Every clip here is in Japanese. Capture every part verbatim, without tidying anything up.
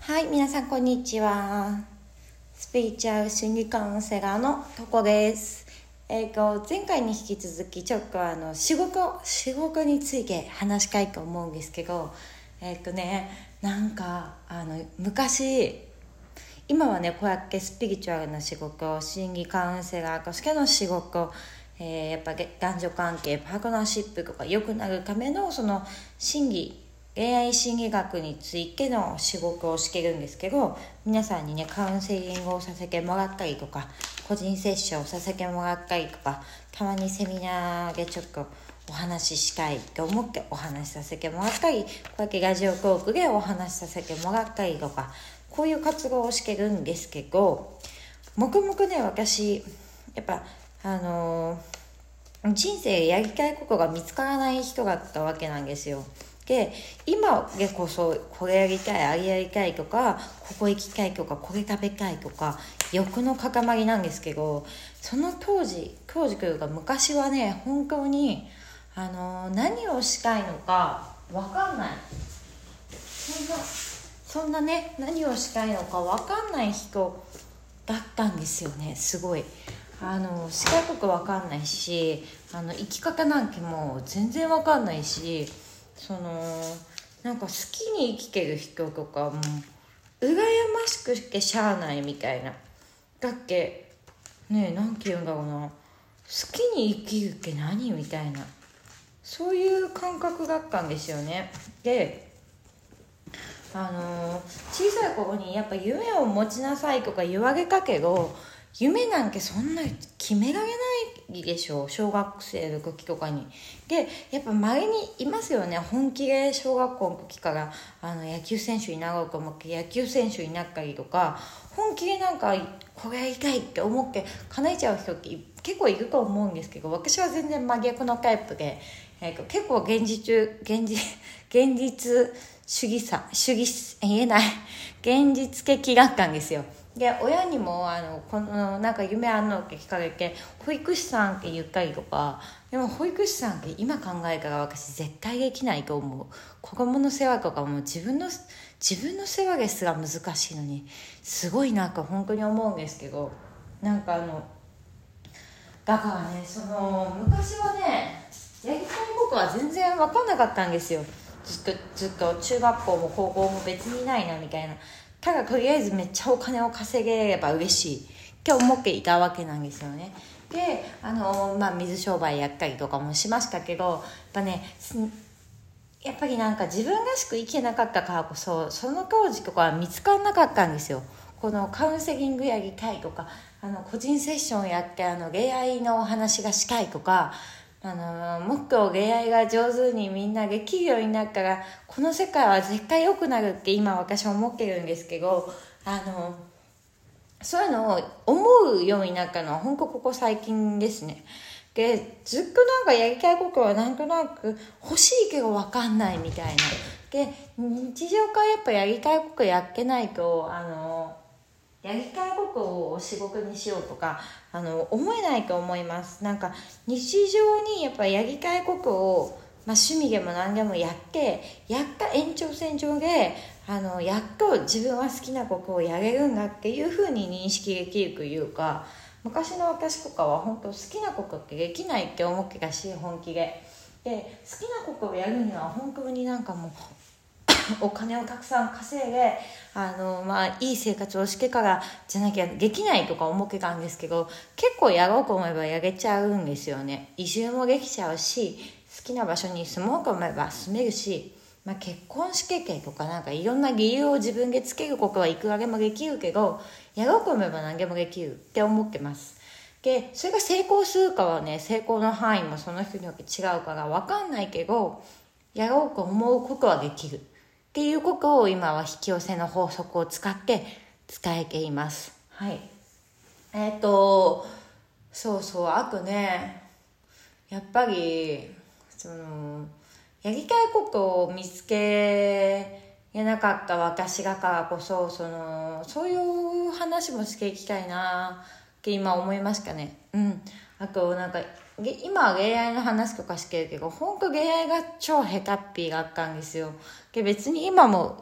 はい、皆さんこんにちは。スピリチュアル心理カウンセラーのとこです。えーと、前回に引き続きちょっとあの仕事、仕事について話したいと思うんですけど、えっ、ー、とね、なんかあの昔、今はねこうやってスピリチュアルな仕事、心理カウンセラーとしての仕事、えー、やっぱ男女関係、パートナーシップとか良くなるためのその心理恋愛心理学についての仕事をしてるんですけど、皆さんにねカウンセリングをさせてもらったりとか、個人セッションをさせてもらったりとか、たまにセミナーでちょっとお話ししたいと思ってお話しさせてもらったり、こうやってラジオトークでお話しさせてもらったりとか、こういう活動をしてるんですけど、黙々ね私やっぱあのー、人生でやりたいことが見つからない人だったわけなんですよ。で今でこそこれやりたい、あれやりたいとか、ここ行きたいとか、これ食べたいとか欲の塊なんですけど、その当時当時というか昔はね、本当にあのー、何をしたいのか分かんない、そんなそんなね何をしたいのか分かんない人だったんですよね。すごいあの四角く分かんないし、あの生き方なんてもう全然分かんないし、そのなんか好きに生きてる人とかも羨ましくしてしゃあないみたいな、だっけねえ、なんて言うんだろうな、好きに生きるって何みたいな、そういう感覚だったんですよね。であの小さい頃にやっぱ夢を持ちなさいとか言われたけど、夢なんてそんな決められないでしょ、小学生の時とかに。でやっぱ周りにいますよね、本気で小学校の時からあの野球選手になろうと思って野球選手になったりとか、本気でなんかこれやりたいって思って叶えちゃう人って結構いると思うんですけど、私は全然真逆のタイプで、えー、結構現実現実現実主義さ主義言えない現実的だったんですよ。で親にもあのこのなんか夢あんのって聞かれて、保育士さんって言ったりとか、でも保育士さんって今考えたら私絶対できないと思う。子供の世話とかも自分の自分の世話ですら難しいのに、すごいなんか本当に思うんですけど、なんかあのだからね、その昔はねやりたいことは全然分かんなかったんですよ。ずっとずっと中学校も高校も別にないなみたいな、ただとりあえずめっちゃお金を稼げれば嬉しいって思っていたわけなんですよね。であの、まあ、水商売やったりとかもしましたけど、やっぱねやっぱりなんか自分らしく生きてなかったからこそ、その当時とかは見つからなかったんですよ。このカウンセリングやりたいとか、あの個人セッションやってあの恋愛のお話がしたいとか、あのもっと恋愛が上手にみんなできるようになったらこの世界は絶対良くなるって今私は思ってるんですけど、あのそういうのを思うようになったのは本当ここ最近ですね。でずっとなんかやりたいことはなんとなく欲しいけど分かんないみたいな。で日常からやっぱやりたいことやってないと、あのやりたいことを仕事にしようとかあの思えないと思います。なんか日常にやっぱやりたいことを、まあ、趣味でも何でもやってやった延長線上であのやっと自分は好きなことをやれるんだっていう風に認識できるというか、昔の私とかは本当好きなことってできないって思ってたし、本気でで好きなことをやるには本当になんかもうお金をたくさん稼いであの、まあ、いい生活をしてからじゃなきゃできないとか思ってたんですけど、結構やろうと思えばやれちゃうんですよね。移住もできちゃうし、好きな場所に住もうと思えば住めるし、まあ、結婚式系とかなんかいろんな理由を自分でつけることはいくらでもできるけど、やろうと思えば何でもできるって思ってます。でそれが成功するかはね、成功の範囲もその人によって違うから分かんないけど、やろうと思うことはできるっていうことを今は引き寄せの法則を使って伝えています。はい。えっとそうそう、あとね、やっぱりそのやりたいことを見つけなかった私だからこそ、そのそういう話もしていきたいなって今思いましたね。うん。あとなんか今は恋愛の話とかしてるけど、本当恋愛が超ヘタッピーがあったんですよ。で別に今も好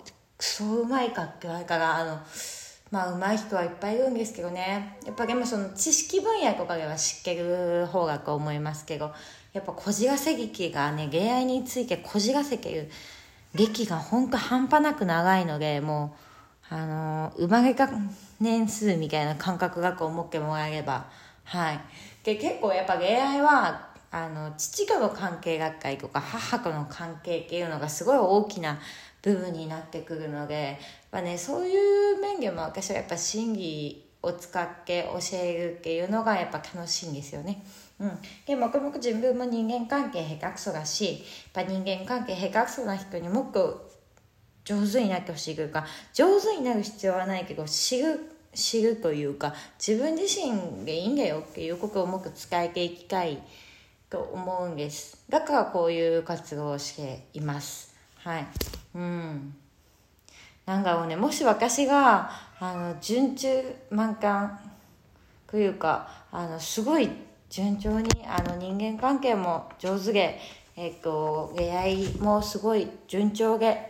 クソうまいかって言われたらあのまあうまい人はいっぱいいるんですけどね、やっぱでもその知識分野とかでは知ってる方がと思いますけど、やっぱこじらせ劇がね、恋愛についてこじらせてる劇がほんと半端なく長いので、もうあの生まれた年数みたいな感覚だと思ってもらえれば、はい。で結構やっぱ恋愛はあの父との関係だったりとか母との関係っていうのがすごい大きな部分になってくるので、まあね、そういう面でも私はやっぱ心理を使って教えるっていうのがやっぱ楽しいんですよね。うん、でもともと自分も人間関係下手くそだし、やっぱ人間関係下手くそな人にもっと上手になってほしいというか、上手になる必要はないけど知る知るというか、自分自身でいいんだよっていうことをもっと伝えていきたいと思うんです。だからこういう活動をしています。はい。うん。なんだろうね、もし私があの順中満貫というか、あのすごい順調にあの人間関係も上手で、えっと出会いもすごい順調で、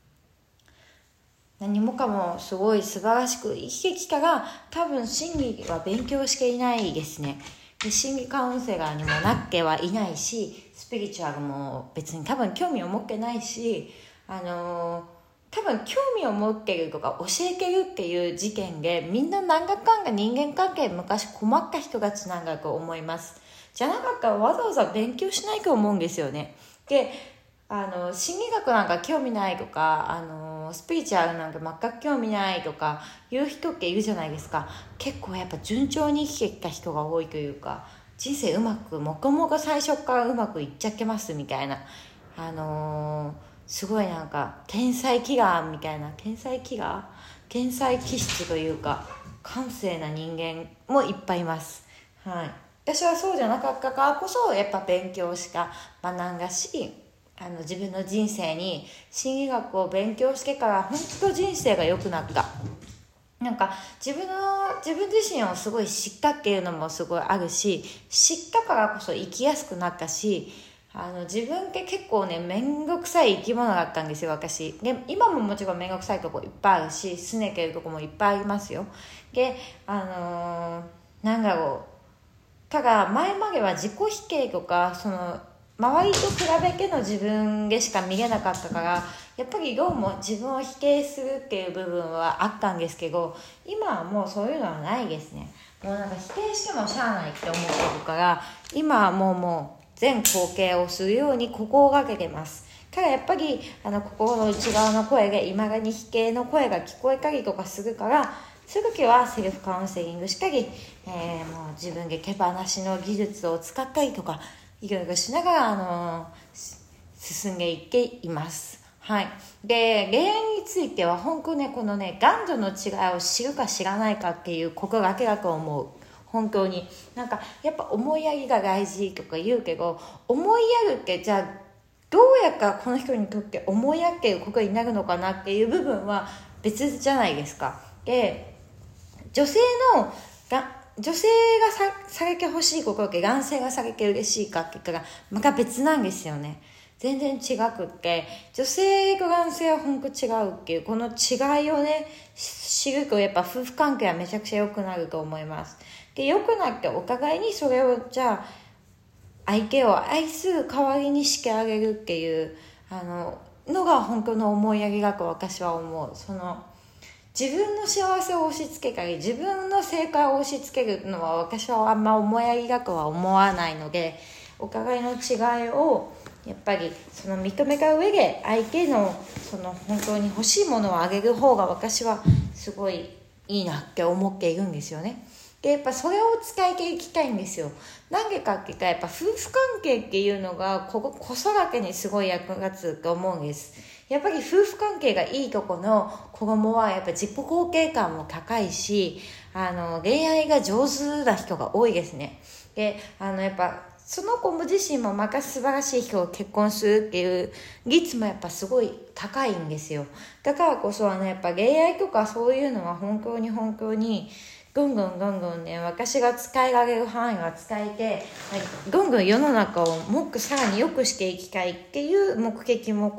何もかもすごい素晴らしく生きてきたが、多分心理は勉強していないですね。で心理カウンセラーにもなってはいないし、スピリチュアルも別に多分興味を持ってないし、あのー、多分興味を持っているとか教えてるっていう事件で、みんな何だかんだ人間関係昔困った人たちなんだと思います。じゃなかったらわざわざ勉強しないと思うんですよね。であの心理学なんか興味ないとか、あのスピリチュアルなんか全く興味ないとかいう人っているじゃないですか。結構やっぱ順調に生きてきた人が多いというか、人生うまくもこもこ最初からうまくいっちゃけますみたいな、あのー、すごいなんか天才キラーみたいな、天才キラー天才気質というか感性な人間もいっぱいいます。はい。私はそうじゃなかったからこそやっぱ勉強しか学んだし、あの自分の人生に心理学を勉強してから本当人生が良くなった。なんか自分の自分自身をすごい知ったっていうのもすごいあるし、知ったからこそ生きやすくなったし、あの自分って結構ね面倒くさい生き物だったんですよ私。で今ももちろん面倒くさいとこいっぱいあるし、拗ねてるとこもいっぱいありますよ。であのー、なんだろう、ただ前までは自己否定とかその周りと比べての自分でしか見れなかったから、やっぱりどうも自分を否定するっていう部分はあったんですけど、今はもうそういうのはないですね。もうなんか否定してもしゃあないって思ってるから、今はもうもう全肯定をするように心がけてます。ただやっぱりあの心の内側の声でいまだに否定の声が聞こえたりとかするから、そういう時はセルフカウンセリングしたり、えー、もう自分で手放しの技術を使ったりとかいろいろしながら、あのー、進んでいっています。はい。で、恋愛については本当ね、このね、男女の違いを知るか知らないかっていうここだけだと思う。本当に。なんか、やっぱ思いやりが大事とか言うけど、思いやるってじゃあ、どうやったらこの人にとって思いやっていることになるのかなっていう部分は別じゃないですか。で、女性のが、女性が さ, されてほしいことと男性がされて嬉しいかって言ったらまた別なんですよね。全然違くって、女性と男性は本当違うっていうこの違いをね知ると、やっぱ夫婦関係はめちゃくちゃ良くなると思います。で良くなってお互いにそれをじゃあ相手を愛する代わりにしてあげるっていうあののが本当の思いやりだと私は思う。その自分の幸せを押し付けたり自分の正解を押し付けるのは私はあんま思いやりだとは思わないので、お互いの違いをやっぱりその認めた上で相手のその本当に欲しいものをあげる方が私はすごいいいなって思っているんですよね。でやっぱそれを使いていきたいんですよ。なんでかって言ったらやっぱ夫婦関係っていうのがここ子育てにすごい役立つと思うんです。やっぱり夫婦関係がいいとこの子供はやっぱ自己肯定感も高いし、あの恋愛が上手な人が多いですね。であのやっぱその子も自身もまた素晴らしい人を結婚するっていう率もやっぱすごい高いんですよ。だからこそあのやっぱ恋愛とかそういうのは本当に本当にぐんぐんぐんぐんね私が使いられる範囲は使えて、ぐんぐん世の中をもっとさらに良くしていきたいっていう目的もこ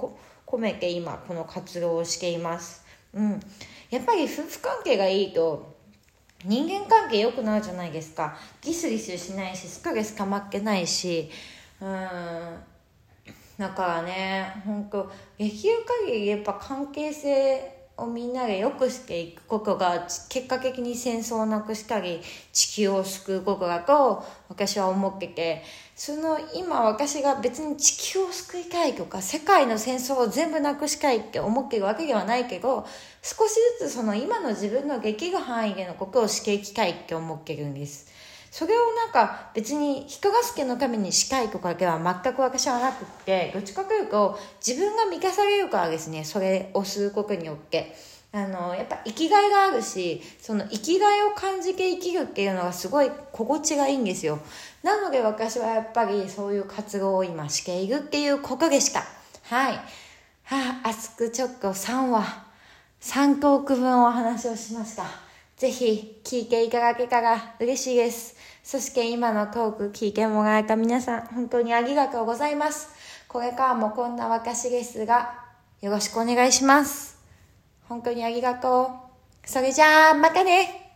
込めて今この活動をしています。うん。やっぱり夫婦関係がいいと人間関係良くなるじゃないですか。ギスギスしないし、ストレス溜まってないし、うーん。だからね、本当できる限りやっぱ関係性をみんなで良くしていくことが結果的に戦争をなくしたり地球を救うことだと私は思ってて、その今私が別に地球を救いたいとか世界の戦争を全部なくしたいって思ってるわけではないけど、少しずつその今の自分のできる範囲でのことをしていきたいって思ってるんです。それをなんか別に人助けのためにしたいとかでは全く私はなくって、どっちかというと自分が満たされるからですね、それをすることによってあのやっぱ生きがいがあるし、その生きがいを感じて生きるっていうのがすごい心地がいいんですよ。なので私はやっぱりそういう活動を今しているっていうことでした。はい。はあ、熱くちょっとさんわさんトーク分お話をしました。ぜひ聞いていただけたら嬉しいです。そして今のトーク聞いてもらえた皆さん本当にありがとうございます。これからもこんな私ですがよろしくお願いします。本当にありがとう。それじゃあまたね。